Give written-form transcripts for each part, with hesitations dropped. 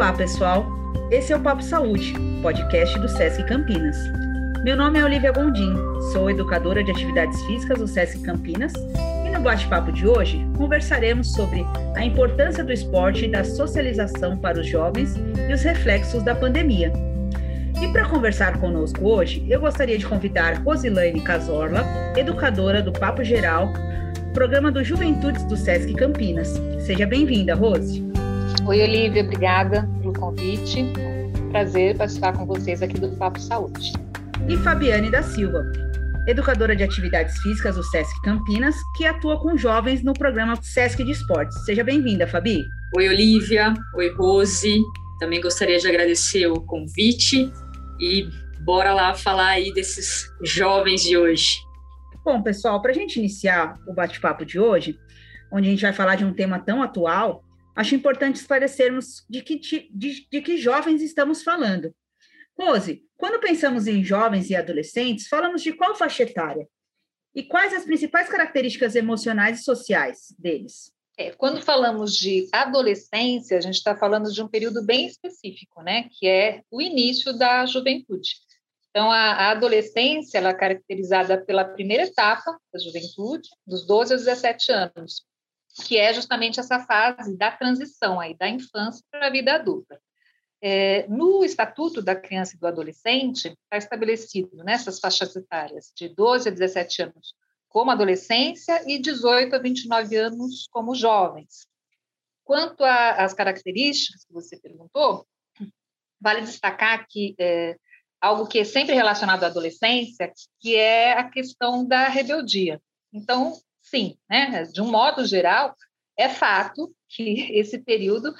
Olá, pessoal! Esse é o Papo Saúde, podcast do SESC Campinas. Meu nome é Olivia Gondim, sou educadora de atividades físicas do SESC Campinas e no bate-papo de hoje conversaremos sobre a importância do esporte e da socialização para os jovens e os reflexos da pandemia. E para conversar conosco hoje, eu gostaria de convidar Rosilaine Cazorla, educadora do Papo Geral, programa do Juventudes do SESC Campinas. Seja bem-vinda, Rose. Oi, Olivia, obrigada pelo convite. Prazer participar com vocês aqui do Papo Saúde. E Fabiane da Silva, educadora de atividades físicas do SESC Campinas, que atua com jovens no programa SESC de Esportes. Seja bem-vinda, Fabi. Oi, Olivia. Oi, Rose. Também gostaria de agradecer o convite e bora lá falar aí desses jovens de hoje. Bom, pessoal, para a gente iniciar o bate-papo de hoje, onde a gente vai falar de um tema tão atual, acho importante esclarecermos de que jovens estamos falando. Rose, quando pensamos em jovens e adolescentes, falamos de qual faixa etária? E quais as principais características emocionais e sociais deles? Quando falamos de adolescência, a gente está falando de um período bem específico, né? Que é o início da juventude. Então, a adolescência ela é caracterizada pela primeira etapa da juventude, dos 12 aos 17 anos, que é justamente essa fase da transição aí, da infância para a vida adulta. No Estatuto da Criança e do Adolescente, está estabelecido nessas faixas etárias de 12 a 17 anos como adolescência e 18 a 29 anos como jovens. Quanto às características que você perguntou, vale destacar que algo que é sempre relacionado à adolescência, que é a questão da rebeldia. Então, sim, né, de um modo geral, é fato que esse período,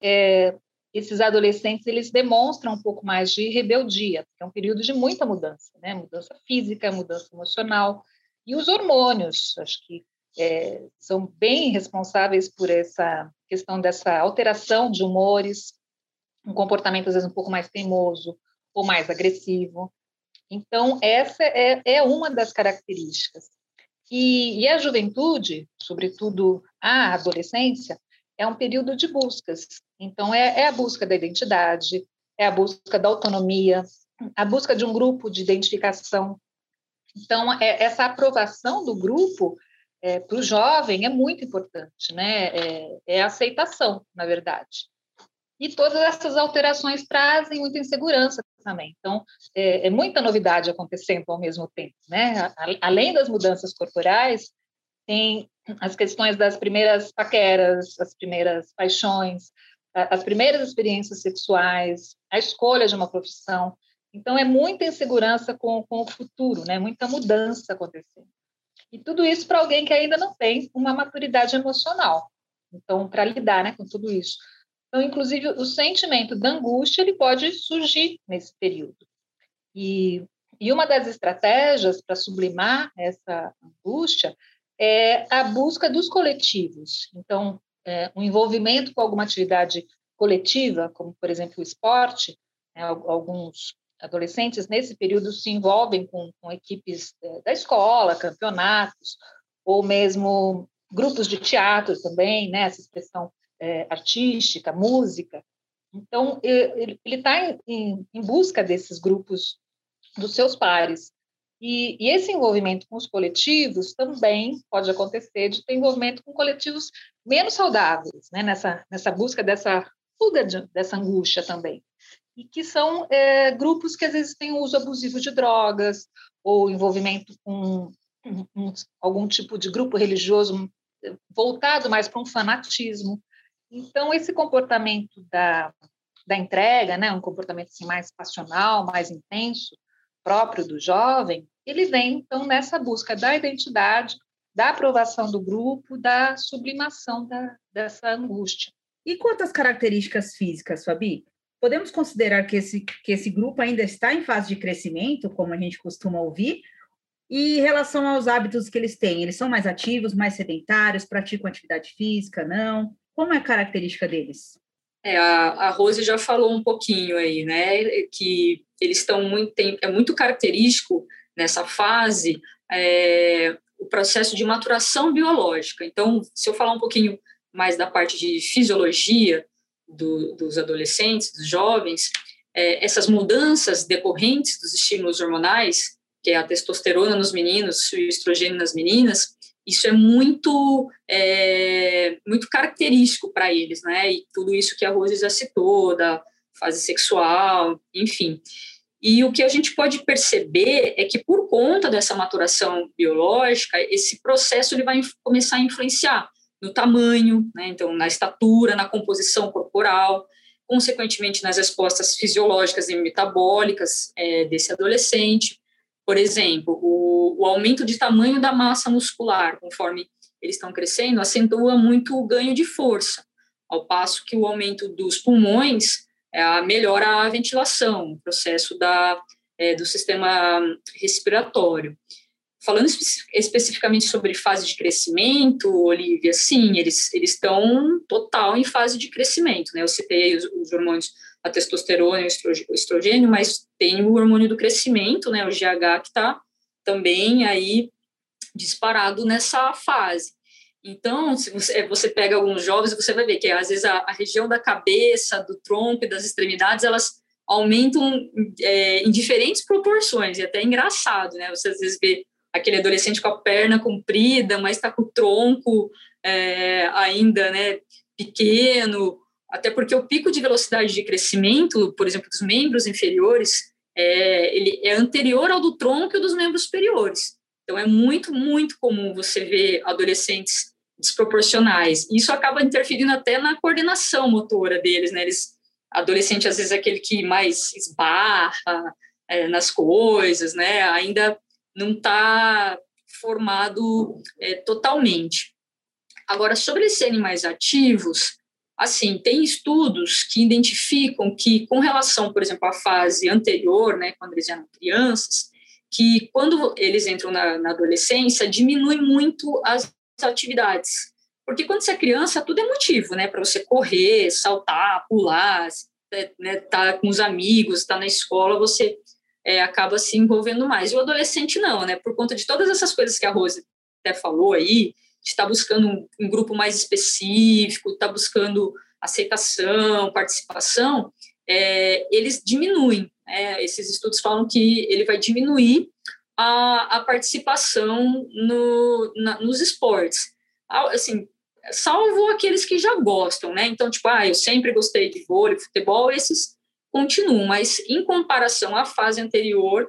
esses adolescentes, eles demonstram um pouco mais de rebeldia, porque é um período de muita mudança, né, mudança física, mudança emocional, e os hormônios, acho que são bem responsáveis por essa questão dessa alteração de humores, um comportamento às vezes um pouco mais teimoso ou mais agressivo. Então, essa é uma das características. E a juventude, sobretudo a adolescência, é um período de buscas. Então, é a busca da identidade, é a busca da autonomia, a busca de um grupo de identificação. Então, essa aprovação do grupo para o jovem é muito importante, né? É a aceitação, na verdade. E todas essas alterações trazem muita insegurança também. Então, é muita novidade acontecendo ao mesmo tempo, né? Além das mudanças corporais, tem as questões das primeiras paqueras, as primeiras paixões, as primeiras experiências sexuais, a escolha de uma profissão. Então, é muita insegurança com o futuro, né? Muita mudança acontecendo. E tudo isso para alguém que ainda não tem uma maturidade emocional. Então, para lidar, né, com tudo isso. Então, inclusive, o sentimento da angústia ele pode surgir nesse período. E uma das estratégias para sublimar essa angústia é a busca dos coletivos. Então, o envolvimento com alguma atividade coletiva, como, por exemplo, o esporte, né, alguns adolescentes, nesse período, se envolvem com equipes da escola, campeonatos, ou mesmo grupos de teatro também, né, essa expressão artística, música. Então, ele está em busca desses grupos dos seus pares. E esse envolvimento com os coletivos também pode acontecer de ter envolvimento com coletivos menos saudáveis, né, nessa busca dessa fuga dessa angústia também. E que são grupos que, às vezes, têm uso abusivo de drogas ou envolvimento com algum tipo de grupo religioso voltado mais para um fanatismo. Então, esse comportamento da entrega, né, um comportamento assim, mais passional, mais intenso, próprio do jovem, ele vem, então, nessa busca da identidade, da aprovação do grupo, da sublimação dessa angústia. E quanto às características físicas, Fabi? Podemos considerar que esse grupo ainda está em fase de crescimento, como a gente costuma ouvir, e em relação aos hábitos que eles têm, eles são mais ativos, mais sedentários, praticam atividade física, não? Como é a característica deles? A Rose já falou um pouquinho aí, né, que eles estão é muito característico nessa fase o processo de maturação biológica. Então, se eu falar um pouquinho mais da parte de fisiologia, dos adolescentes, dos jovens, essas mudanças decorrentes dos estímulos hormonais, que é a testosterona nos meninos e o estrogênio nas meninas, isso é muito característico para eles, né? E tudo isso que a Rose já citou, da fase sexual, enfim. E o que a gente pode perceber é que, por conta dessa maturação biológica, esse processo ele vai começar a influenciar no tamanho, né? Então, na estatura, na composição corporal, consequentemente nas respostas fisiológicas e metabólicas desse adolescente. Por exemplo, o aumento de tamanho da massa muscular, conforme eles estão crescendo, acentua muito o ganho de força, ao passo que o aumento dos pulmões melhora a ventilação, o processo do sistema respiratório. Falando especificamente sobre fase de crescimento, Olivia, sim, eles estão total em fase de crescimento, né? Eu citei os hormônios, a testosterona e o estrogênio, mas tem o hormônio do crescimento, né? O GH, que está também aí disparado nessa fase. Então, se você pega alguns jovens, você vai ver que, às vezes, a região da cabeça, do tronco e das extremidades, elas aumentam em diferentes proporções, e até é engraçado, né? Você, às vezes, vê aquele adolescente com a perna comprida, mas está com o tronco ainda, né, pequeno, até porque o pico de velocidade de crescimento, por exemplo, dos membros inferiores, ele é anterior ao do tronco e dos membros superiores. Então, é muito, muito comum você ver adolescentes desproporcionais. Isso acaba interferindo até na coordenação motora deles, né? Adolescente, às vezes, é aquele que mais esbarra nas coisas, né? Ainda não está formado totalmente. Agora, sobre eles serem mais ativos, assim, tem estudos que identificam que, com relação, por exemplo, à fase anterior, né, quando eles eram crianças, que quando eles entram na adolescência, diminui muito as atividades. Porque quando você é criança, tudo é motivo, né, para você correr, saltar, pular, né, tá com os amigos, tá na escola, você acaba se envolvendo mais. E o adolescente não, né? Por conta de todas essas coisas que a Rose até falou aí, de estar buscando um grupo mais específico, estar buscando aceitação, participação, eles diminuem. Esses estudos falam que ele vai diminuir a participação nos esportes. Assim, salvo aqueles que já gostam, né? Então, tipo, eu sempre gostei de vôlei, futebol, esses continuam, mas em comparação à fase anterior,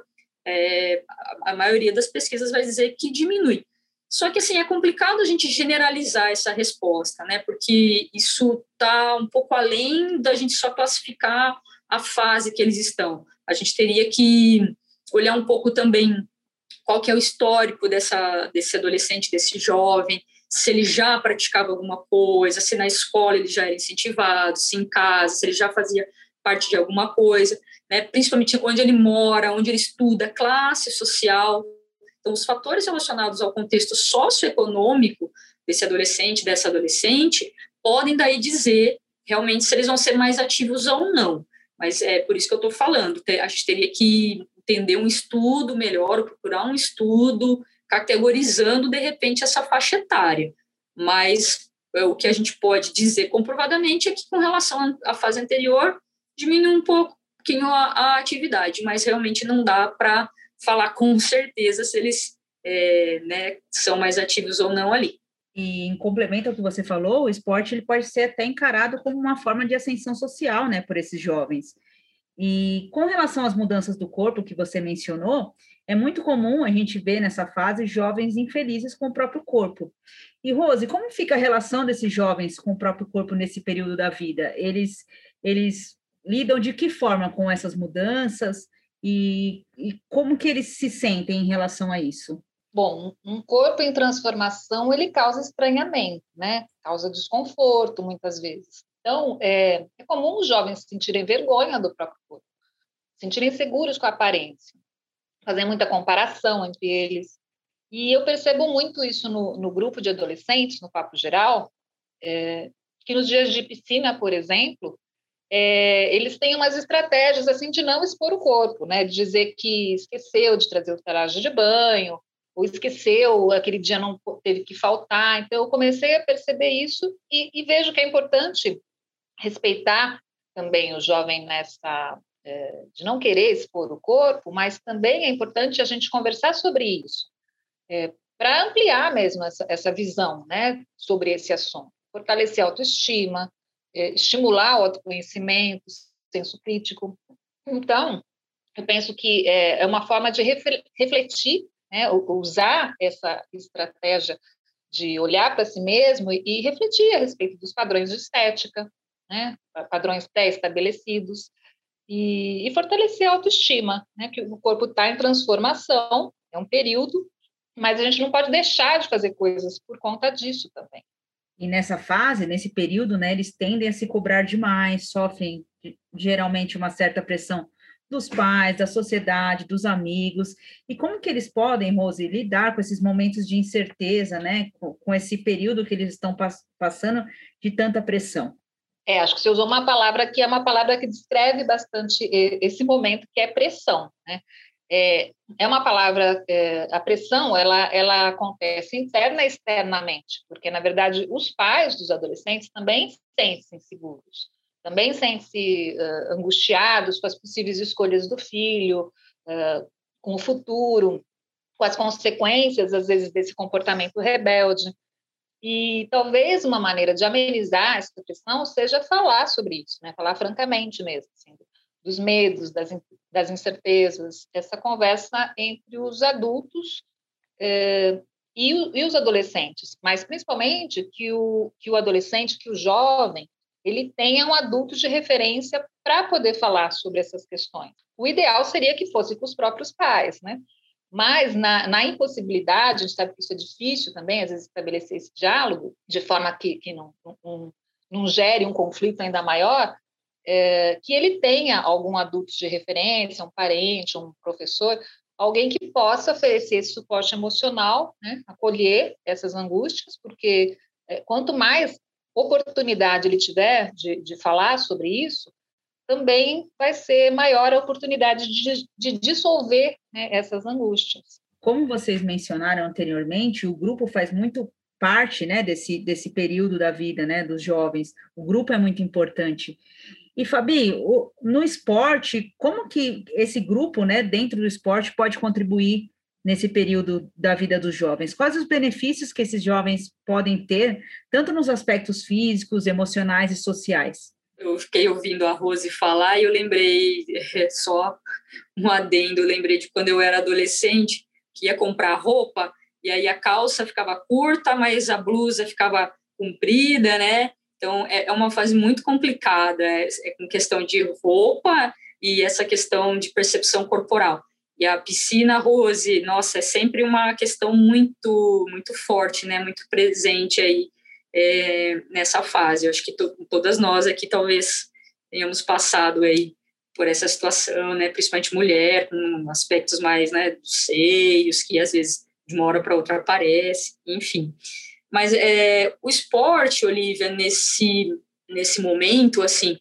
a maioria das pesquisas vai dizer que diminui. Só que, assim, é complicado a gente generalizar essa resposta, né? Porque isso está um pouco além da gente só classificar a fase que eles estão. A gente teria que olhar um pouco também qual que é o histórico desse adolescente, desse jovem, se ele já praticava alguma coisa, se na escola ele já era incentivado, se em casa, se ele já fazia parte de alguma coisa, né? Principalmente onde ele mora, onde ele estuda, classe social. Então, os fatores relacionados ao contexto socioeconômico desse adolescente, dessa adolescente, podem daí dizer realmente se eles vão ser mais ativos ou não. Mas é por isso que eu estou falando, a gente teria que entender um estudo melhor, ou procurar um estudo categorizando, de repente, essa faixa etária. Mas o que a gente pode dizer comprovadamente é que, com relação à fase anterior, diminui um pouquinho a atividade, mas realmente não dá para falar com certeza se eles né, são mais ativos ou não ali. E em complemento ao que você falou, o esporte ele pode ser até encarado como uma forma de ascensão social, né, por esses jovens. E com relação às mudanças do corpo que você mencionou, é muito comum a gente ver nessa fase jovens infelizes com o próprio corpo. E, Rose, como fica a relação desses jovens com o próprio corpo nesse período da vida? Eles lidam de que forma com essas mudanças e como que eles se sentem em relação a isso? Bom, um corpo em transformação, ele causa estranhamento, né? Causa desconforto, muitas vezes. Então, é comum os jovens sentirem vergonha do próprio corpo, sentirem seguros com a aparência, fazer muita comparação entre eles. E eu percebo muito isso no grupo de adolescentes, no Papo Geral, que nos dias de piscina, por exemplo, eles têm umas estratégias assim de não expor o corpo, né? De dizer que esqueceu de trazer o traje de banho, ou esqueceu, aquele dia não teve que faltar. Então, eu comecei a perceber isso e vejo que é importante respeitar também o jovem de não querer expor o corpo, mas também é importante a gente conversar sobre isso, para ampliar mesmo essa visão, né, sobre esse assunto, fortalecer a autoestima, estimular o autoconhecimento, senso crítico. Então, eu penso que é uma forma de refletir, né, usar essa estratégia de olhar para si mesmo e refletir a respeito dos padrões de estética, né, padrões pré-estabelecidos, e fortalecer a autoestima, né, que o corpo está em transformação, é um período, mas a gente não pode deixar de fazer coisas por conta disso também. E nessa fase, nesse período, né, eles tendem a se cobrar demais, sofrem geralmente uma certa pressão dos pais, da sociedade, dos amigos. E como que eles podem, Rose, lidar com esses momentos de incerteza, né, com esse período que eles estão passando de tanta pressão? Acho que você usou uma palavra que é uma palavra que descreve bastante esse momento, que é pressão, né? É uma palavra, a pressão, ela acontece interna e externamente, porque, na verdade, os pais dos adolescentes também sentem-se inseguros, também sentem-se angustiados com as possíveis escolhas do filho, com o futuro, com as consequências, às vezes, desse comportamento rebelde. E talvez uma maneira de amenizar essa pressão seja falar sobre isso, né? Falar francamente mesmo, assim, dos medos, das incertezas, essa conversa entre os adultos e os adolescentes, mas principalmente que o adolescente, que o jovem, ele tenha um adulto de referência para poder falar sobre essas questões. O ideal seria que fosse com os próprios pais, né? Mas, na impossibilidade, a gente sabe que isso é difícil também, às vezes, estabelecer esse diálogo, de forma que não gere um conflito ainda maior, que ele tenha algum adulto de referência, um parente, um professor, alguém que possa oferecer esse suporte emocional, né, acolher essas angústias, porque quanto mais oportunidade ele tiver de falar sobre isso, também vai ser maior a oportunidade de dissolver, né, essas angústias. Como vocês mencionaram anteriormente, o grupo faz muito parte, né, desse período da vida, né, dos jovens. O grupo é muito importante. E, Fabi, no esporte, como que esse grupo, né, dentro do esporte, pode contribuir nesse período da vida dos jovens? Quais os benefícios que esses jovens podem ter, tanto nos aspectos físicos, emocionais e sociais? Eu fiquei ouvindo a Rose falar e eu lembrei, só um adendo, eu lembrei de quando eu era adolescente, que ia comprar roupa, e aí a calça ficava curta, mas a blusa ficava comprida, né? Então, é uma fase muito complicada, com questão de roupa e essa questão de percepção corporal. E a piscina, Rose, nossa, é sempre uma questão muito, muito forte, né? Muito presente aí nessa fase. Eu acho que todas nós aqui talvez tenhamos passado aí por essa situação, né? Principalmente mulher, com aspectos mais, né, dos seios, que às vezes de uma hora para outra aparece, enfim. Mas o esporte, Olivia, nesse momento, assim,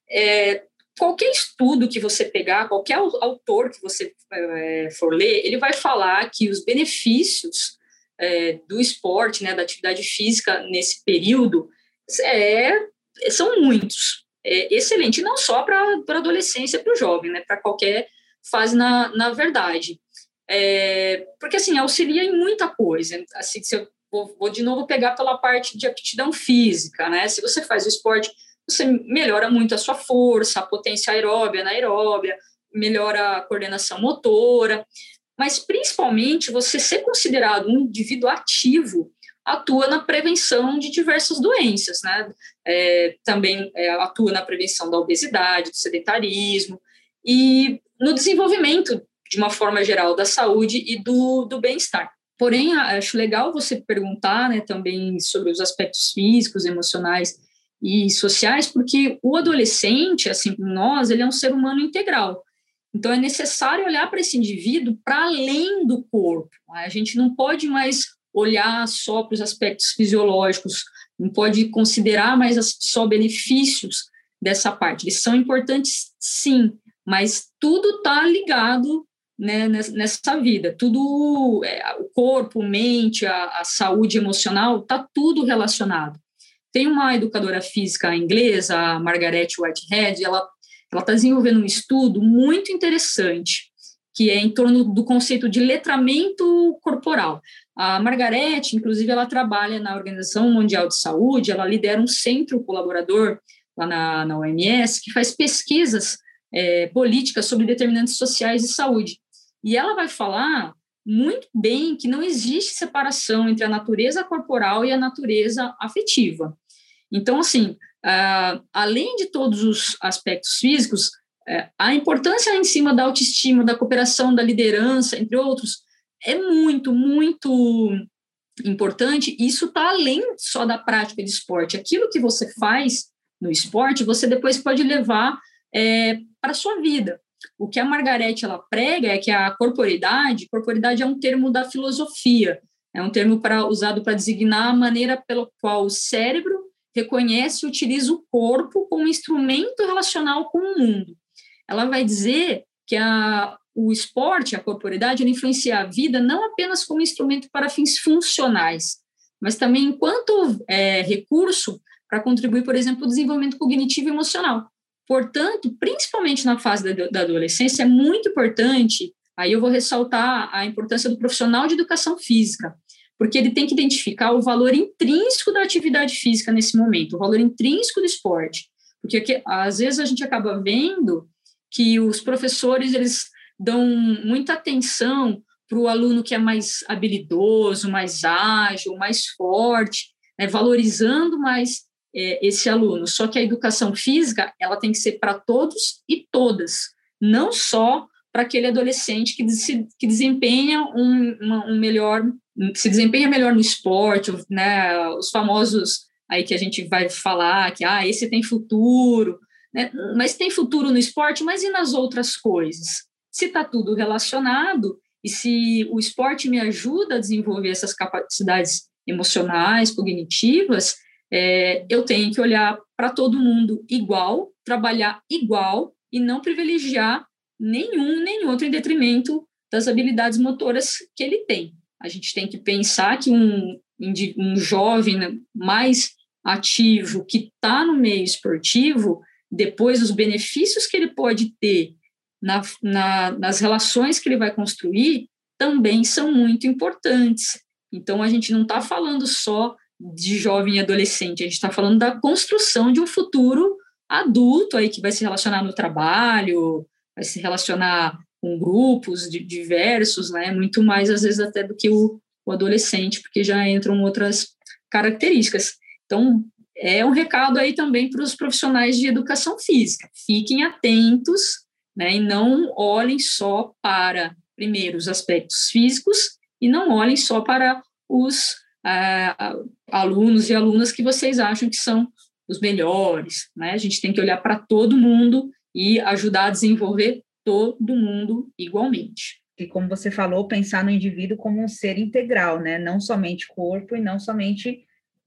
qualquer estudo que você pegar, qualquer autor que você for ler, ele vai falar que os benefícios do esporte, né, da atividade física nesse período, são muitos. Excelente, não só para a adolescência, para o jovem, né, para qualquer fase, na verdade. Porque, assim, auxilia em muita coisa. Assim, se eu vou de novo pegar pela parte de aptidão física, né? Se você faz o esporte, você melhora muito a sua força, a potência aeróbia, anaeróbia, melhora a coordenação motora, mas principalmente você ser considerado um indivíduo ativo atua na prevenção de diversas doenças, né? Também atua na prevenção da obesidade, do sedentarismo e no desenvolvimento, de uma forma geral, da saúde e do bem-estar. Porém, acho legal você perguntar, né, também sobre os aspectos físicos, emocionais e sociais, porque o adolescente, assim como nós, ele é um ser humano integral. Então, é necessário olhar para esse indivíduo para além do corpo. A gente não pode mais olhar só para os aspectos fisiológicos, não pode considerar mais só benefícios dessa parte. Eles são importantes, sim, mas tudo está ligado, né, nessa vida, tudo, o corpo, mente, a saúde emocional, está tudo relacionado. Tem uma educadora física inglesa, a Margaret Whitehead, ela está desenvolvendo um estudo muito interessante, que é em torno do conceito de letramento corporal. A Margaret, inclusive, ela trabalha na Organização Mundial de Saúde, ela lidera um centro colaborador lá na OMS, que faz pesquisas políticas sobre determinantes sociais de saúde. E ela vai falar muito bem que não existe separação entre a natureza corporal e a natureza afetiva. Então, assim, além de todos os aspectos físicos, a importância em cima da autoestima, da cooperação, da liderança, entre outros, é muito, muito importante. Isso está além só da prática de esporte. Aquilo que você faz no esporte, você depois pode levar para a sua vida. O que a Margarete ela prega é que a corporeidade é um termo da filosofia, é um termo usado para designar a maneira pela qual o cérebro reconhece e utiliza o corpo como instrumento relacional com o mundo. Ela vai dizer que o esporte, a corporeidade, ele influencia a vida não apenas como instrumento para fins funcionais, mas também enquanto recurso para contribuir, por exemplo, para o desenvolvimento cognitivo e emocional. Portanto, principalmente na fase da adolescência, é muito importante, aí eu vou ressaltar a importância do profissional de educação física, porque ele tem que identificar o valor intrínseco da atividade física nesse momento, o valor intrínseco do esporte, porque às vezes a gente acaba vendo que os professores eles dão muita atenção para o aluno que é mais habilidoso, mais ágil, mais forte, né, valorizando mais esse aluno. Só que a educação física ela tem que ser para todos e todas, não só para aquele adolescente que desempenha se desempenha melhor no esporte, né, os famosos aí que a gente vai falar que esse tem futuro, né, mas tem futuro no esporte, mas e nas outras coisas? Se está tudo relacionado e se o esporte me ajuda a desenvolver essas capacidades emocionais, cognitivas, eu tenho que olhar para todo mundo igual, trabalhar igual e não privilegiar nenhum nem outro em detrimento das habilidades motoras que ele tem. A gente tem que pensar que um jovem mais ativo que está no meio esportivo, depois os benefícios que ele pode ter nas relações que ele vai construir também são muito importantes. Então, a gente não está falando só de jovem e adolescente, a gente está falando da construção de um futuro adulto aí que vai se relacionar no trabalho, vai se relacionar com grupos diversos, né? Muito mais, às vezes, até do que o adolescente, porque já entram outras características. Então, é um recado aí também para os profissionais de educação física. Fiquem atentos, né? E não olhem só para, primeiro, os aspectos físicos e não olhem só para os alunos e alunas que vocês acham que são os melhores, né? A gente tem que olhar para todo mundo e ajudar a desenvolver todo mundo igualmente. E como você falou, pensar no indivíduo como um ser integral, né? Não somente corpo e não somente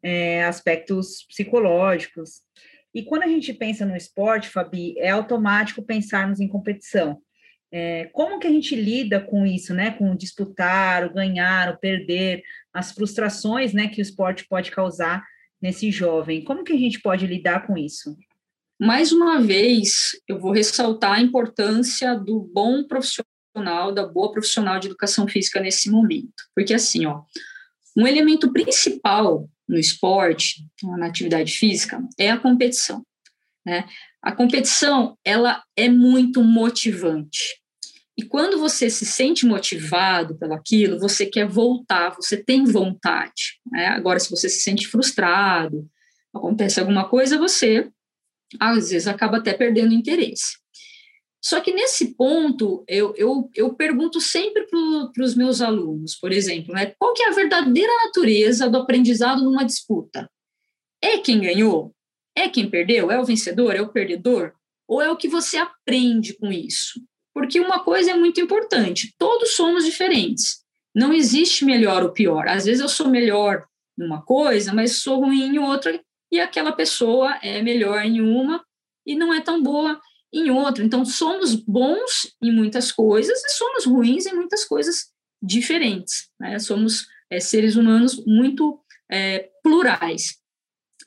aspectos psicológicos. E quando a gente pensa no esporte, Fabi, é automático pensarmos em competição. Como que a gente lida com isso, né? Com o disputar, o ganhar, o perder, as frustrações, né, que o esporte pode causar nesse jovem. Como que a gente pode lidar com isso? Mais uma vez, eu vou ressaltar a importância do bom profissional, da boa profissional de educação física nesse momento. Porque, assim, um elemento principal no esporte, na atividade física, é a competição, né? A competição, ela é muito motivante. E quando você se sente motivado pelo aquilo, você quer voltar, você tem vontade, né? Agora, se você se sente frustrado, acontece alguma coisa, você, às vezes, acaba até perdendo interesse. Só que nesse ponto, eu pergunto sempre para os meus alunos, por exemplo, né, qual que é a verdadeira natureza do aprendizado numa disputa? É quem ganhou? É quem perdeu? É o vencedor? É o perdedor? Ou é o que você aprende com isso? Porque uma coisa é muito importante, todos somos diferentes. Não existe melhor ou pior. Às vezes eu sou melhor numa coisa, mas sou ruim em outra, e aquela pessoa é melhor em uma e não é tão boa em outra. Então, somos bons em muitas coisas e somos ruins em muitas coisas diferentes, né? Somos seres humanos muito plurais.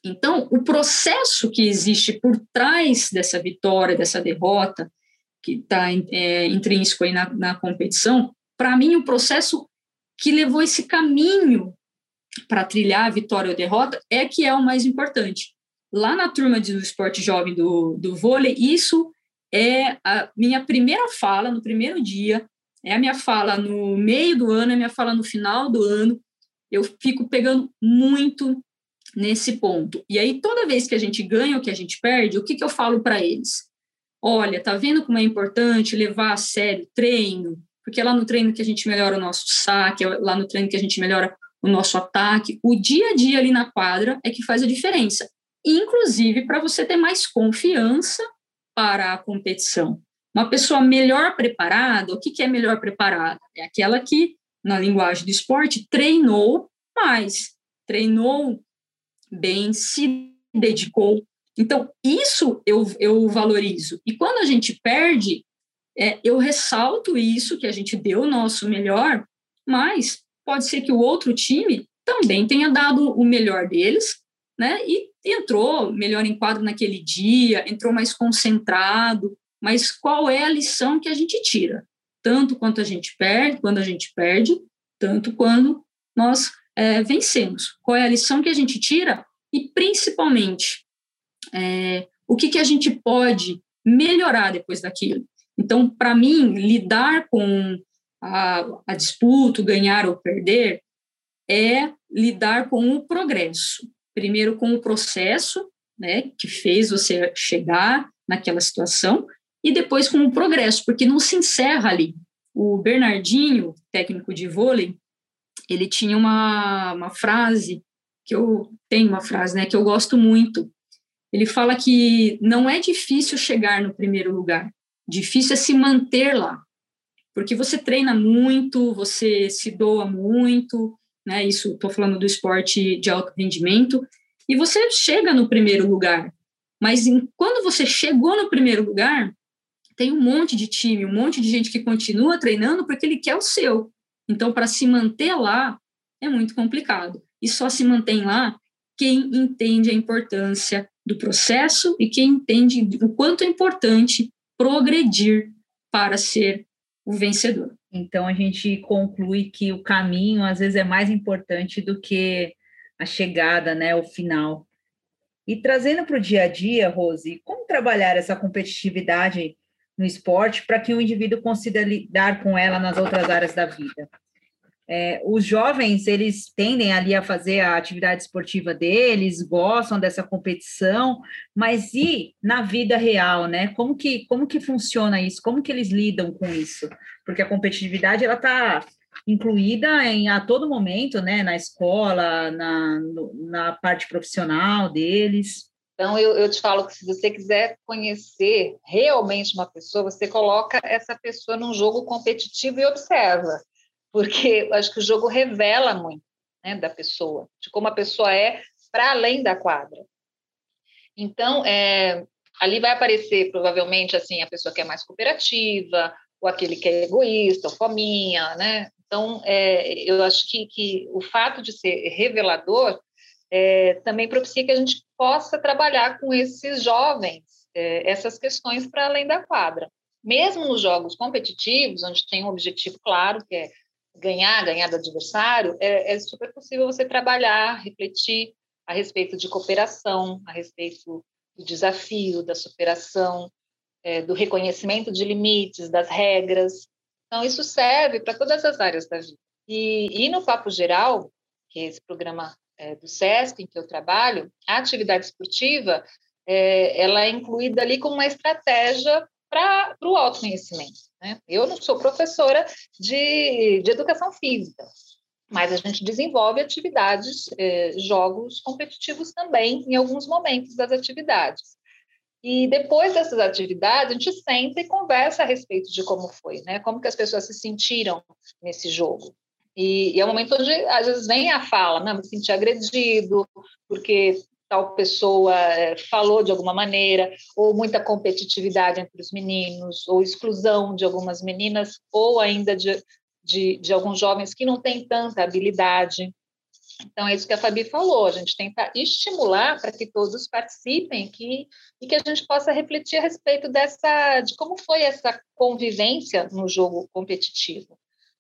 Então, o processo que existe por trás dessa vitória, dessa derrota, que está intrínseco aí na competição, para mim, o processo que levou esse caminho para trilhar a vitória ou derrota é que é o mais importante. Lá na turma do esporte jovem do vôlei, isso é a minha primeira fala no primeiro dia, é a minha fala no meio do ano, é a minha fala no final do ano. Eu fico pegando muito nesse ponto. E aí, toda vez que a gente ganha ou que a gente perde, o que eu falo para eles? Olha, tá vendo como é importante levar a sério o treino? Porque é lá no treino que a gente melhora o nosso saque, é lá no treino que a gente melhora o nosso ataque. O dia a dia ali na quadra é que faz a diferença. Inclusive para você ter mais confiança para a competição. Uma pessoa melhor preparada, o que é melhor preparada? É aquela que, na linguagem do esporte, treinou mais, treinou bem, se dedicou. Então, isso eu valorizo. E quando a gente perde, eu ressalto isso, que a gente deu o nosso melhor, mas pode ser que o outro time também tenha dado o melhor deles, né? E entrou melhor em quadro naquele dia, entrou mais concentrado, mas qual é a lição que a gente tira? Tanto quanto a gente perde, quando a gente perde, tanto quando nós vencemos. Qual é a lição que a gente tira? E, principalmente, o que a gente pode melhorar depois daquilo? Então, para mim, lidar com a disputa, ganhar ou perder, é lidar com o progresso. Primeiro com o processo, né, que fez você chegar naquela situação, e depois com o progresso, porque não se encerra ali. O Bernardinho, técnico de vôlei, ele tinha uma frase, que eu gosto muito. Ele fala que não é difícil chegar no primeiro lugar, difícil é se manter lá, porque você treina muito, você se doa muito, né? Isso, estou falando do esporte de alto rendimento, e você chega no primeiro lugar, mas quando você chegou no primeiro lugar, tem um monte de time, um monte de gente que continua treinando porque ele quer o seu. Então, para se manter lá, é muito complicado. E só se mantém lá quem entende a importância do processo e quem entende o quanto é importante progredir para ser o vencedor. Então, a gente conclui que o caminho, às vezes, é mais importante do que a chegada, né, o final. E trazendo para o dia a dia, Rose, como trabalhar essa competitividade no esporte para que o indivíduo consiga lidar com ela nas outras áreas da vida? Os jovens, eles tendem ali a fazer a atividade esportiva deles, gostam dessa competição, mas e na vida real, né? Como que funciona isso? Como que eles lidam com isso? Porque a competitividade, ela está incluída a todo momento, né? Na escola, na parte profissional deles. Então, eu te falo que se você quiser conhecer realmente uma pessoa, você coloca essa pessoa num jogo competitivo e observa. Porque eu acho que o jogo revela muito, né, da pessoa, de como a pessoa é para além da quadra. Então, ali vai aparecer, provavelmente, assim, a pessoa que é mais cooperativa, ou aquele que é egoísta, ou fominha, né? Então, eu acho que o fato de ser revelador também propicia que a gente possa trabalhar com esses jovens essas questões para além da quadra. Mesmo nos jogos competitivos, onde tem um objetivo claro, que é ganhar do adversário, é super possível você trabalhar, refletir a respeito de cooperação, a respeito do desafio, da superação, do reconhecimento de limites, das regras. Então, isso serve para todas as áreas da vida. E no Papo Geral, que é esse programa do SESC em que eu trabalho, a atividade esportiva ela é incluída ali como uma estratégia para o autoconhecimento, né? Eu não sou professora de educação física, mas a gente desenvolve atividades, jogos competitivos também, em alguns momentos das atividades. E depois dessas atividades, a gente senta e conversa a respeito de como foi, né? Como que as pessoas se sentiram nesse jogo. E é um momento onde, às vezes, vem a fala, não, me senti agredido, porque tal pessoa falou de alguma maneira, ou muita competitividade entre os meninos, ou exclusão de algumas meninas, ou ainda de alguns jovens que não têm tanta habilidade. Então, é isso que a Fabi falou, a gente tenta estimular para que todos participem e que a gente possa refletir a respeito de como foi essa convivência no jogo competitivo.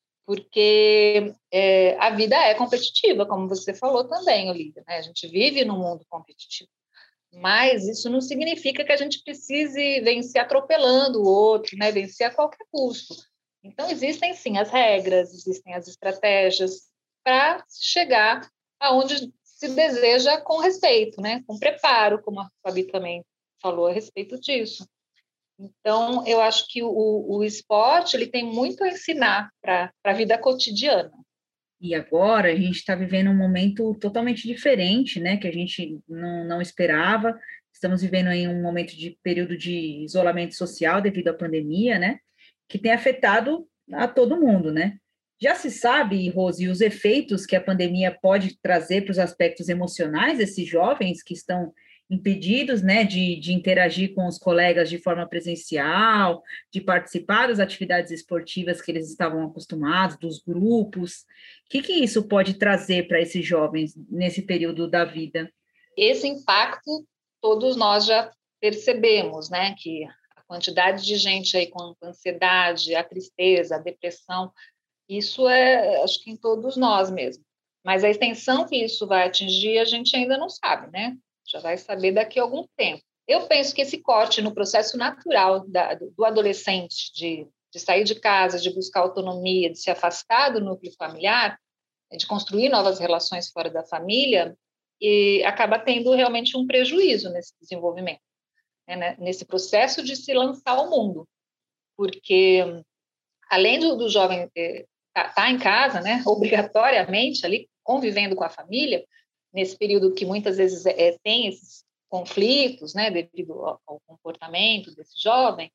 Porque a vida é competitiva, como você falou também, Olivia, né? A gente vive num mundo competitivo. Mas isso não significa que a gente precise vencer atropelando o outro, né? Vencer a qualquer custo. Então, existem, sim, as regras, existem as estratégias para chegar aonde se deseja com respeito, né? Com preparo, como a Fabi também falou a respeito disso. Então, eu acho que o esporte ele tem muito a ensinar para a vida cotidiana. E agora a gente está vivendo um momento totalmente diferente, né? Que a gente não esperava. Estamos vivendo aí um momento de período de isolamento social devido à pandemia, né? Que tem afetado a todo mundo, né? Já se sabe, Rose, os efeitos que a pandemia pode trazer para os aspectos emocionais desses jovens que estão impedidos, né, de interagir com os colegas de forma presencial, de participar das atividades esportivas que eles estavam acostumados, dos grupos. O que isso pode trazer para esses jovens nesse período da vida? Esse impacto todos nós já percebemos, né, que a quantidade de gente aí com ansiedade, a tristeza, a depressão, isso acho que em todos nós mesmo. Mas a extensão que isso vai atingir, a gente ainda não sabe, né? Já vai saber daqui a algum tempo. Eu penso que esse corte no processo natural do adolescente de sair de casa, de buscar autonomia, de se afastar do núcleo familiar, de construir novas relações fora da família, e acaba tendo realmente um prejuízo nesse desenvolvimento, né? Nesse processo de se lançar ao mundo. Porque, além do jovem estar em casa, né, obrigatoriamente ali, convivendo com a família, nesse período que muitas vezes tem esses conflitos, né, devido ao comportamento desse jovem,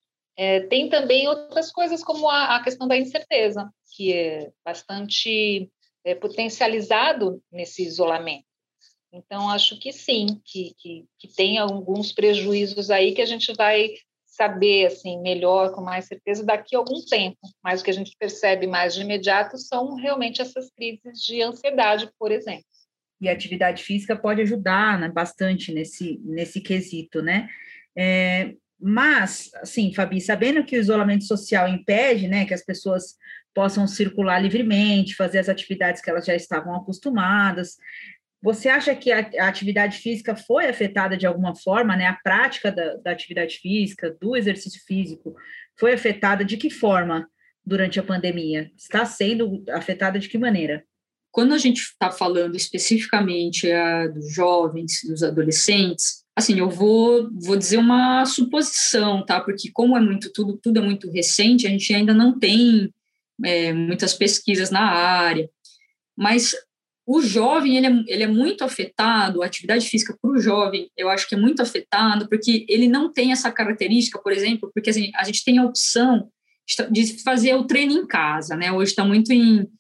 tem também outras coisas como a questão da incerteza, que é bastante potencializado nesse isolamento. Então, acho que sim, que tem alguns prejuízos aí que a gente vai saber assim melhor, com mais certeza, daqui a algum tempo. Mas o que a gente percebe mais de imediato são realmente essas crises de ansiedade, por exemplo. E a atividade física pode ajudar, né, bastante nesse quesito, né? Mas, assim, Fabi, sabendo que o isolamento social impede, né, que as pessoas possam circular livremente, fazer as atividades que elas já estavam acostumadas, você acha que a atividade física foi afetada de alguma forma, né? A prática da atividade física, do exercício físico, foi afetada de que forma durante a pandemia? Está sendo afetada de que maneira? Quando a gente está falando especificamente dos jovens, dos adolescentes, assim, eu vou dizer uma suposição, tá? Porque como tudo é muito recente, a gente ainda não tem muitas pesquisas na área, mas o jovem, ele é muito afetado, a atividade física para o jovem, eu acho que é muito afetado, porque ele não tem essa característica, por exemplo, porque assim, a gente tem a opção de fazer o treino em casa, né? Hoje está muito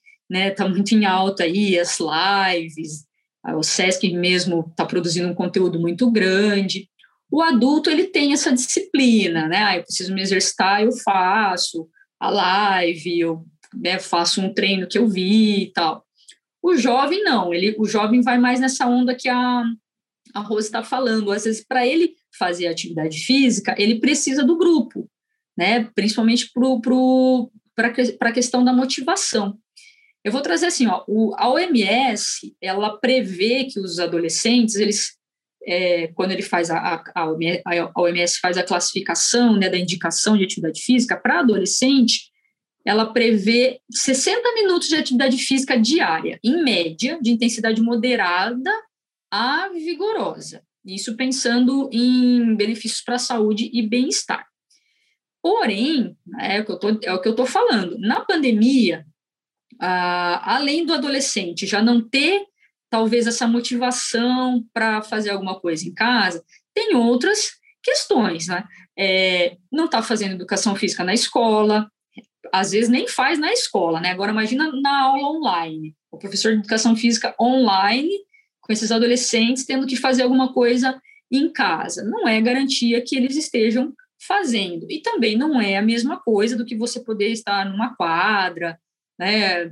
em alta aí as lives, o SESC mesmo está produzindo um conteúdo muito grande. O adulto, ele tem essa disciplina, né? Eu preciso me exercitar, eu faço a live, eu faço um treino que eu vi e tal. O jovem não, o jovem vai mais nessa onda que a Rose está falando. Às vezes, para ele fazer atividade física, ele precisa do grupo, né? Principalmente para a questão da motivação. Eu vou trazer assim, ó, a OMS, ela prevê que os adolescentes, quando ele faz a OMS faz a classificação, né, da indicação de atividade física para adolescente, ela prevê 60 minutos de atividade física diária, em média, de intensidade moderada a vigorosa. Isso pensando em benefícios para a saúde e bem-estar. Porém, é o que eu estou falando, na pandemia, além do adolescente já não ter, talvez, essa motivação para fazer alguma coisa em casa, tem outras questões, né? Não está fazendo educação física na escola, às vezes nem faz na escola, né? Agora imagina na aula online, o professor de educação física online, com esses adolescentes tendo que fazer alguma coisa em casa. Não é garantia que eles estejam fazendo. E também não é a mesma coisa do que você poder estar numa quadra, né?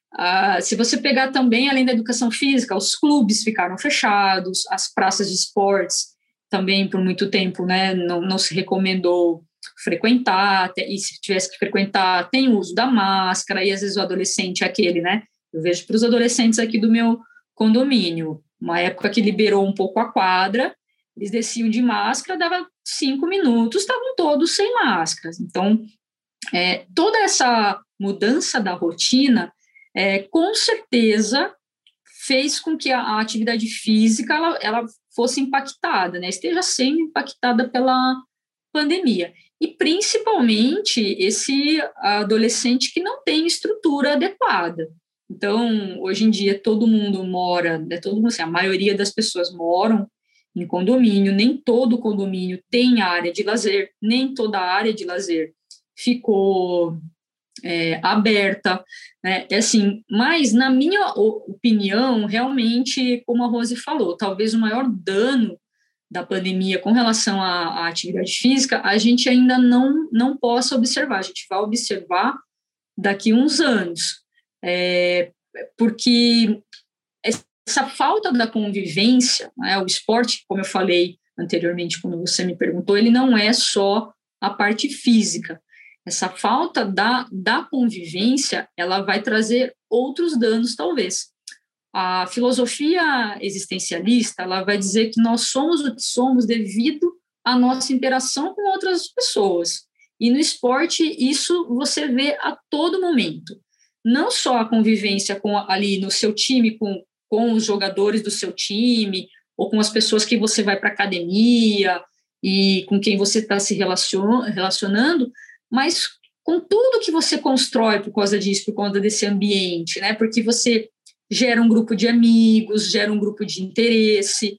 Se você pegar também, além da educação física, os clubes ficaram fechados, as praças de esportes também, por muito tempo, né, não se recomendou frequentar, e se tivesse que frequentar, tem o uso da máscara, e às vezes o adolescente é aquele, né, eu vejo para os adolescentes aqui do meu condomínio, uma época que liberou um pouco a quadra, eles desciam de máscara, dava 5 minutos, estavam todos sem máscaras. Então, toda essa mudança da rotina, com certeza, fez com que a atividade física ela fosse impactada, né? Esteja sendo impactada pela pandemia. E, principalmente, esse adolescente que não tem estrutura adequada. Então, hoje em dia, todo mundo mora, assim, a maioria das pessoas moram em condomínio, nem todo condomínio tem área de lazer, nem toda área de lazer ficou aberta, né? Assim, mas, na minha opinião, realmente, como a Rose falou, talvez o maior dano da pandemia com relação à atividade física, a gente ainda não possa observar, a gente vai observar daqui a uns anos, porque essa falta da convivência, né, o esporte, como eu falei anteriormente, quando você me perguntou, ele não é só a parte física. Essa falta da convivência, ela vai trazer outros danos, talvez. A filosofia existencialista, ela vai dizer que nós somos o que somos devido à nossa interação com outras pessoas. E no esporte, isso você vê a todo momento. Não só a convivência ali no seu time, com os jogadores do seu time, ou com as pessoas que você vai para a academia e com quem você está se relacionando, mas com tudo que você constrói por causa disso, por conta desse ambiente, né? Porque você gera um grupo de amigos, gera um grupo de interesse,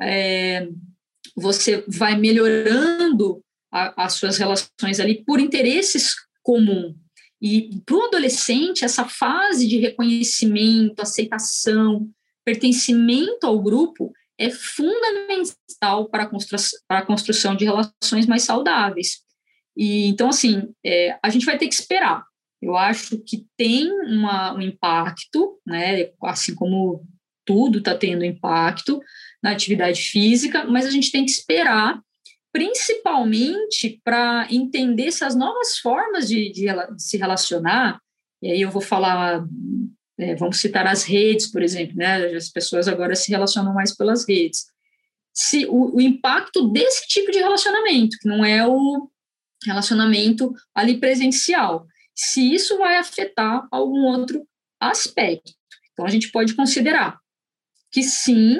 você vai melhorando as suas relações ali por interesses comuns. E para o adolescente, essa fase de reconhecimento, aceitação, pertencimento ao grupo é fundamental para a construção de relações mais saudáveis. E, então, assim, a gente vai ter que esperar. Eu acho que tem um impacto, né, assim como tudo está tendo impacto na atividade física, mas a gente tem que esperar, principalmente para entender essas novas formas de se relacionar. E aí eu vou falar, vamos citar as redes, por exemplo, né, as pessoas agora se relacionam mais pelas redes. O impacto desse tipo de relacionamento, que não é o relacionamento ali presencial, se isso vai afetar algum outro aspecto. Então, a gente pode considerar que sim,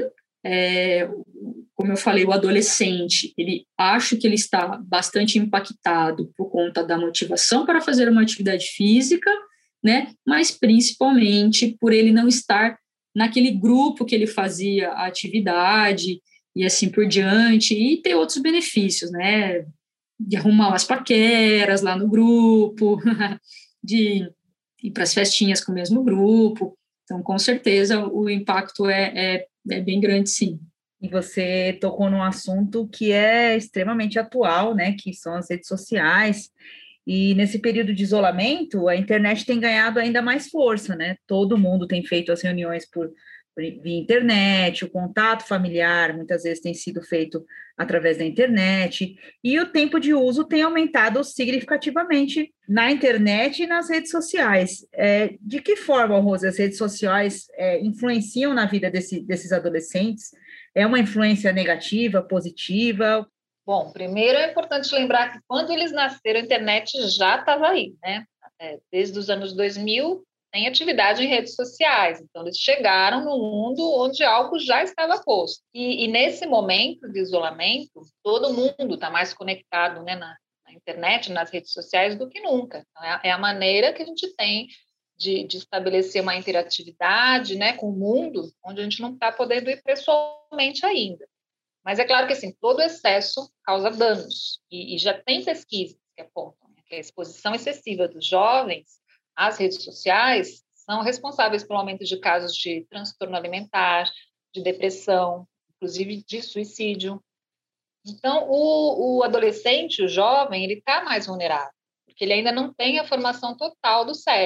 como eu falei, o adolescente, acho que ele está bastante impactado por conta da motivação para fazer uma atividade física, né? Mas principalmente por ele não estar naquele grupo que ele fazia a atividade e assim por diante, e ter outros benefícios, né? De arrumar umas paqueras lá no grupo, de ir para as festinhas com o mesmo grupo. Então, com certeza, o impacto é bem grande, sim. E você tocou num assunto que é extremamente atual, né, que são as redes sociais. E nesse período de isolamento, a internet tem ganhado ainda mais força, né? Todo mundo tem feito as reuniões via internet, o contato familiar muitas vezes tem sido feito através da internet, e o tempo de uso tem aumentado significativamente na internet e nas redes sociais. De que forma, Rose, as redes sociais influenciam na vida desses adolescentes? É uma influência negativa, positiva? Bom, primeiro é importante lembrar que quando eles nasceram, a internet já estava aí, né? Desde os anos 2000, tem atividade em redes sociais. Então, eles chegaram no mundo onde algo já estava posto. E nesse momento de isolamento, todo mundo está mais conectado, né, na internet, nas redes sociais, do que nunca. Então, é a maneira que a gente tem de estabelecer uma interatividade, né, com o mundo, onde a gente não está podendo ir pessoalmente ainda. Mas é claro que assim, todo excesso causa danos, e já tem pesquisas que apontam, né, que a exposição excessiva dos jovens às redes sociais são responsáveis pelo aumento de casos de transtorno alimentar, de depressão, inclusive de suicídio. Então, o adolescente, o jovem, ele está mais vulnerável, porque ele ainda não tem a formação total do cérebro,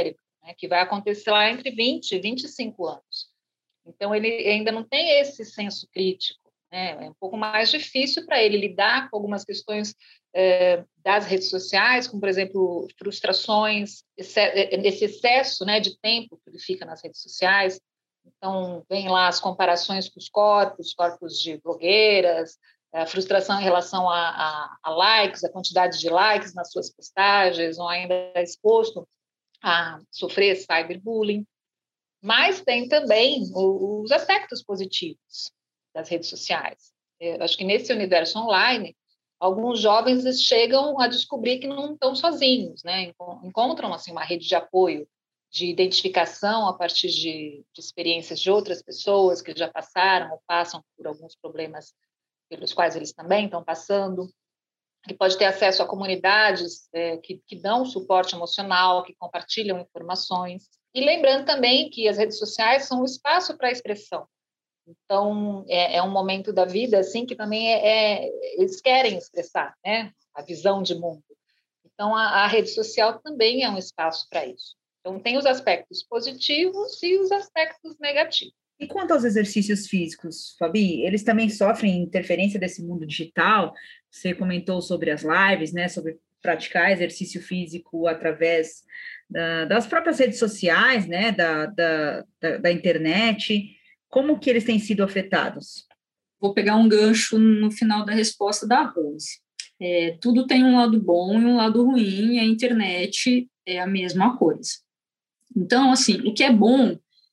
né, que vai acontecer lá entre 20 e 25 anos. Então, ele ainda não tem esse senso crítico, né? É um pouco mais difícil para ele lidar com algumas questões das redes sociais, como, por exemplo, frustrações, esse excesso, né, de tempo que ele fica nas redes sociais. Então, vem lá as comparações com os corpos de blogueiras, a frustração em relação a likes, a quantidade de likes nas suas postagens, ou ainda é exposto a sofrer cyberbullying. Mas tem também os aspectos positivos das redes sociais. Eu acho que nesse universo online, alguns jovens chegam a descobrir que não estão sozinhos, né? Encontram assim, uma rede de apoio, de identificação a partir de experiências de outras pessoas que já passaram ou passam por alguns problemas pelos quais eles também estão passando. Ele pode ter acesso a comunidades que dão suporte emocional, que compartilham informações. E lembrando também que as redes sociais são um espaço para a expressão. Então, é um momento da vida assim que também eles querem expressar, né, a visão de mundo. Então, a rede social também é um espaço para isso. Então, tem os aspectos positivos e os aspectos negativos. E quanto aos exercícios físicos, Fabi, eles também sofrem interferência desse mundo digital? Você comentou sobre as lives, né, sobre praticar exercício físico através das próprias redes sociais, né, da internet. Como que eles têm sido afetados? Vou pegar um gancho no final da resposta da Rose. Tudo tem um lado bom e um lado ruim, e a internet é a mesma coisa. Então, assim, o que é bom,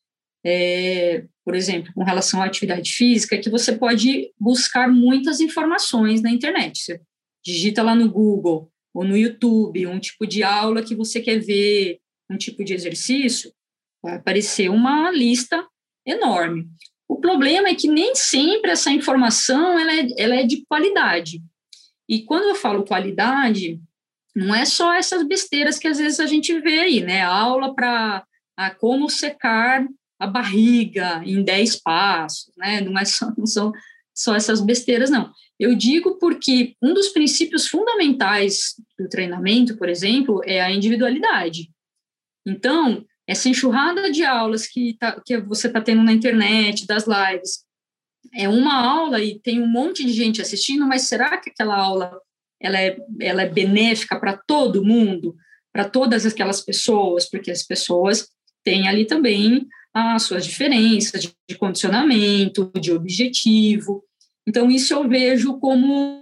por exemplo, com relação à atividade física, é que você pode buscar muitas informações na internet. Você digita lá no Google ou no YouTube um tipo de aula que você quer ver, um tipo de exercício, vai aparecer uma lista enorme. O problema é que nem sempre essa informação ela é de qualidade. E quando eu falo qualidade, não é só essas besteiras que às vezes a gente vê aí, né? Aula para como secar a barriga em 10 passos, né? Não são só essas besteiras, não. Eu digo porque um dos princípios fundamentais do treinamento, por exemplo, é a individualidade. Então, essa enxurrada de aulas que você está tendo na internet, das lives, é uma aula e tem um monte de gente assistindo, mas será que aquela aula ela é benéfica para todo mundo, para todas aquelas pessoas? Porque as pessoas têm ali também as suas diferenças de condicionamento, de objetivo. Então, isso eu vejo como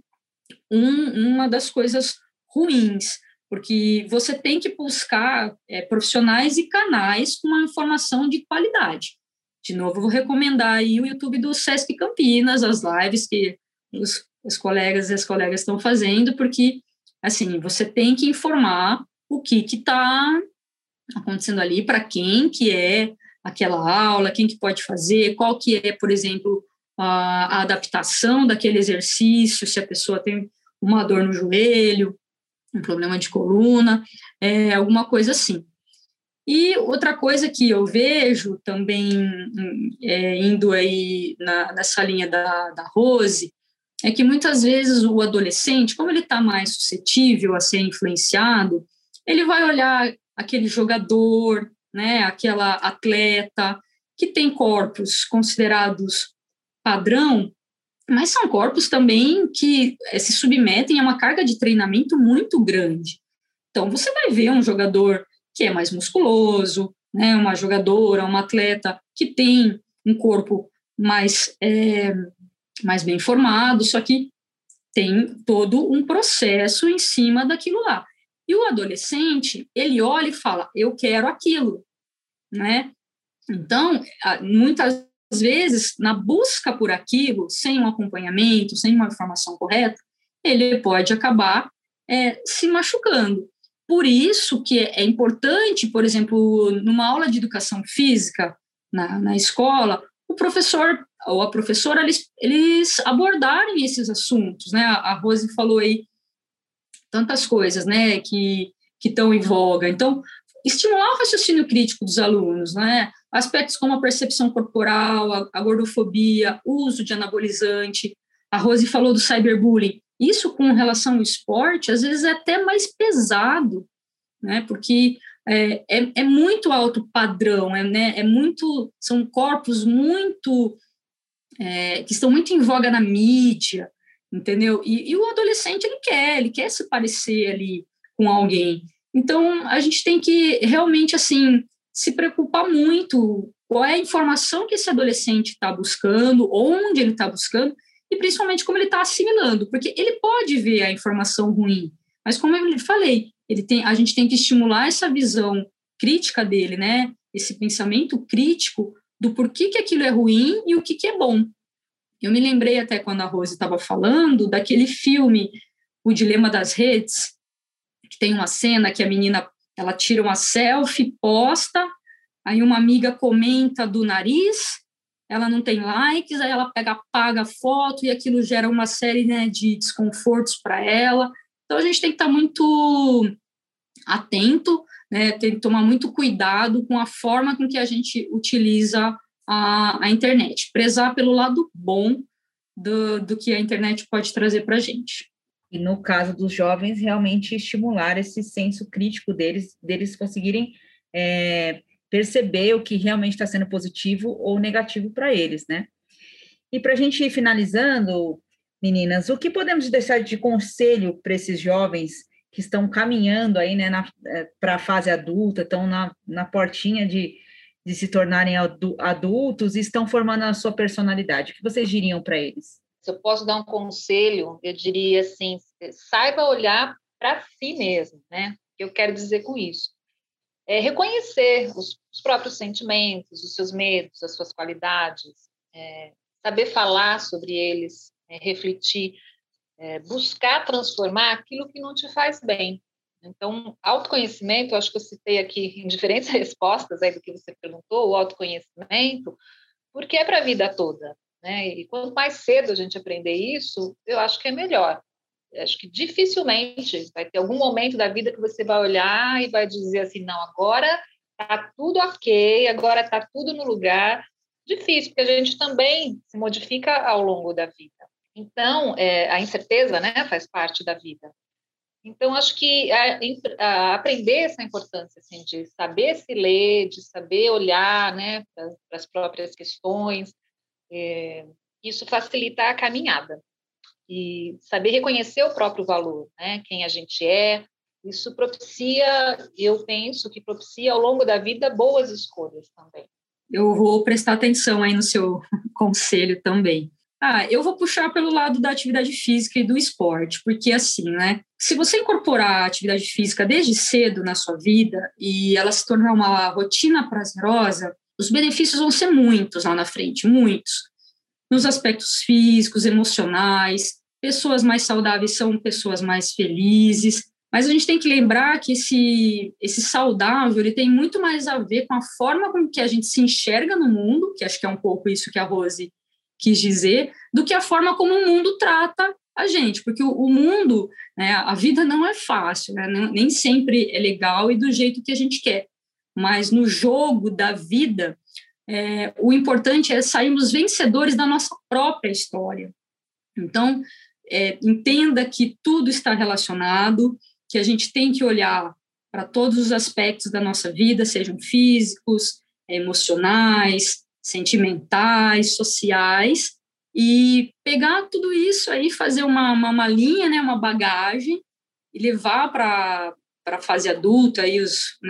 uma das coisas ruins, porque você tem que buscar profissionais e canais com uma informação de qualidade. De novo, vou recomendar aí o YouTube do Sesc Campinas, as lives que os colegas e as colegas estão fazendo, porque, assim, você tem que informar o que está acontecendo ali, para quem que é aquela aula, quem que pode fazer, qual que é, por exemplo, a adaptação daquele exercício, se a pessoa tem uma dor no joelho, um problema de coluna, alguma coisa assim. E outra coisa que eu vejo também, indo aí nessa linha da Rose, é que muitas vezes o adolescente, como ele está mais suscetível a ser influenciado, ele vai olhar aquele jogador, né, aquela atleta que tem corpos considerados padrão, mas são corpos também que se submetem a uma carga de treinamento muito grande. Então, você vai ver um jogador que é mais musculoso, né, uma jogadora, uma atleta que tem um corpo mais bem formado, só que tem todo um processo em cima daquilo lá. E o adolescente, ele olha e fala, eu quero aquilo, né? Então, muitas vezes, na busca por aquilo, sem um acompanhamento, sem uma informação correta, ele pode acabar se machucando. Por isso que é importante, por exemplo, numa aula de educação física, na escola, o professor ou a professora, eles abordarem esses assuntos, né? A Rose falou aí tantas coisas, né, que estão em voga. Então, estimular o raciocínio crítico dos alunos, né? Aspectos como a percepção corporal, a gordofobia, o uso de anabolizante. A Rose falou do cyberbullying. Isso, com relação ao esporte, às vezes é até mais pesado, né? Porque é muito alto padrão, né? São corpos muito que estão muito em voga na mídia, entendeu? E o adolescente, ele quer se parecer ali com alguém. Então, a gente tem que realmente, assim, se preocupar muito qual é a informação que esse adolescente está buscando, onde ele está buscando, e principalmente como ele está assimilando, porque ele pode ver a informação ruim, mas como eu falei, a gente tem que estimular essa visão crítica dele, né? Esse pensamento crítico do porquê que aquilo é ruim e o que é bom. Eu me lembrei até quando a Rose estava falando daquele filme, O Dilema das Redes, que tem uma cena que a menina ela tira uma selfie, posta, aí uma amiga comenta do nariz, ela não tem likes, aí ela apaga a foto e aquilo gera uma série, né, de desconfortos para ela. Então, a gente tem que estar muito atento, né, tem que tomar muito cuidado com a forma com que a gente utiliza a internet, prezar pelo lado bom do que a internet pode trazer para a gente. E no caso dos jovens, realmente estimular esse senso crítico deles conseguirem perceber o que realmente está sendo positivo ou negativo para eles, né? E para a gente ir finalizando, meninas, o que podemos deixar de conselho para esses jovens que estão caminhando aí, né, para a fase adulta, estão na portinha de se tornarem adultos e estão formando a sua personalidade? O que vocês diriam para eles? Se eu posso dar um conselho, eu diria assim, saiba olhar para si mesmo, né? O que eu quero dizer com isso? Reconhecer os próprios sentimentos, os seus medos, as suas qualidades, saber falar sobre eles, refletir, buscar transformar aquilo que não te faz bem. Então, autoconhecimento, eu acho que eu citei aqui em diferentes respostas aí do que você perguntou, o autoconhecimento, porque é para a vida toda, né? E quanto mais cedo a gente aprender isso, eu acho que é melhor. Eu acho que dificilmente vai ter algum momento da vida que você vai olhar e vai dizer assim, não, agora está tudo ok, agora está tudo no lugar. Difícil, porque a gente também se modifica ao longo da vida. Então, a incerteza, né, faz parte da vida. Então, acho que aprender essa importância assim, de saber se ler, de saber olhar, né, para as próprias questões, isso facilita a caminhada. E saber reconhecer o próprio valor, né, quem a gente é, isso propicia, eu penso que propicia ao longo da vida boas escolhas também. Eu vou prestar atenção aí no seu conselho também. Eu vou puxar pelo lado da atividade física e do esporte, porque assim, né? Se você incorporar a atividade física desde cedo na sua vida e ela se tornar uma rotina prazerosa, os benefícios vão ser muitos lá na frente, muitos. Nos aspectos físicos, emocionais, pessoas mais saudáveis são pessoas mais felizes, mas a gente tem que lembrar que esse saudável ele tem muito mais a ver com a forma com que a gente se enxerga no mundo, que acho que é um pouco isso que a Rose quis dizer, do que a forma como o mundo trata a gente, porque o mundo, né, a vida não é fácil, né, nem sempre é legal e do jeito que a gente quer, mas no jogo da vida, o importante é sairmos vencedores da nossa própria história. Então, entenda que tudo está relacionado, que a gente tem que olhar para todos os aspectos da nossa vida, sejam físicos, emocionais, sentimentais, sociais, e pegar tudo isso aí, fazer uma malinha, né, uma bagagem, e levar para a fase adulta aí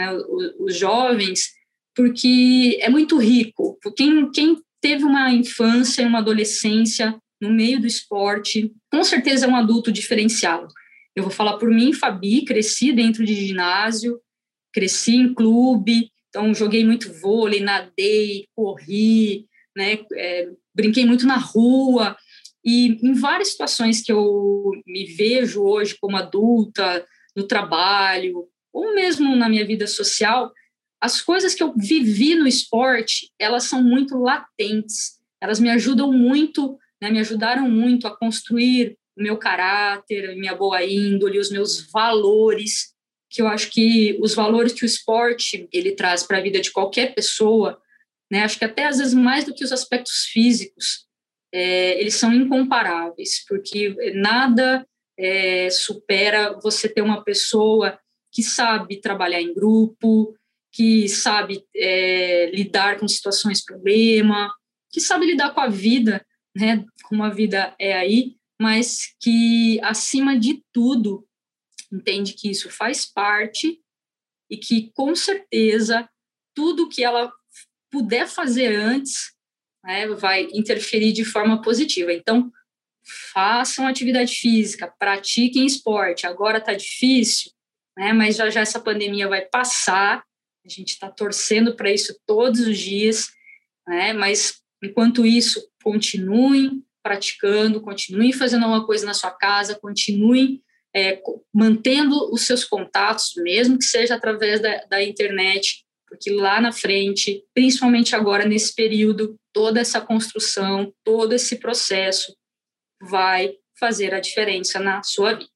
os jovens, porque é muito rico. Quem teve uma infância e uma adolescência no meio do esporte, com certeza é um adulto diferenciado. Eu vou falar por mim, Fabi, cresci dentro de ginásio, cresci em clube, então joguei muito vôlei, nadei, corri, né, brinquei muito na rua, e em várias situações que eu me vejo hoje como adulta, no trabalho, ou mesmo na minha vida social, as coisas que eu vivi no esporte, elas são muito latentes, elas me ajudam muito, né, me ajudaram muito a construir o meu caráter, minha boa índole, os meus valores, que eu acho que os valores que o esporte ele traz para a vida de qualquer pessoa, né, acho que até às vezes mais do que os aspectos físicos, eles são incomparáveis, porque nada supera você ter uma pessoa que sabe trabalhar em grupo, que sabe lidar com situações problema, que sabe lidar com a vida, né, como a vida é aí, mas que, acima de tudo, entende que isso faz parte e que, com certeza, tudo que ela puder fazer antes, né, vai interferir de forma positiva. Então, façam atividade física, pratiquem esporte. Agora está difícil, né, mas já essa pandemia vai passar. A gente está torcendo para isso todos os dias, né, mas, enquanto isso, continuem praticando, continuem fazendo alguma coisa na sua casa, continuem mantendo os seus contatos, mesmo que seja através da internet, porque lá na frente, principalmente agora nesse período, toda essa construção, todo esse processo vai fazer a diferença na sua vida.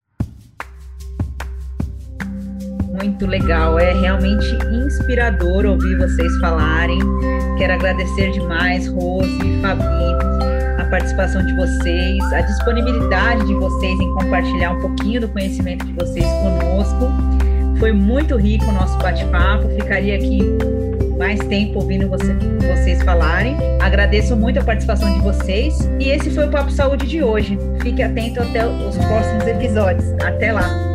Muito legal, é realmente inspirador ouvir vocês falarem. Quero agradecer demais, Rose e Fabi, a participação de vocês, a disponibilidade de vocês em compartilhar um pouquinho do conhecimento de vocês conosco. Foi muito rico o nosso bate-papo, ficaria aqui mais tempo ouvindo vocês falarem. Agradeço muito a participação de vocês e esse foi o Papo Saúde de hoje. Fique atento até os próximos episódios. Até lá!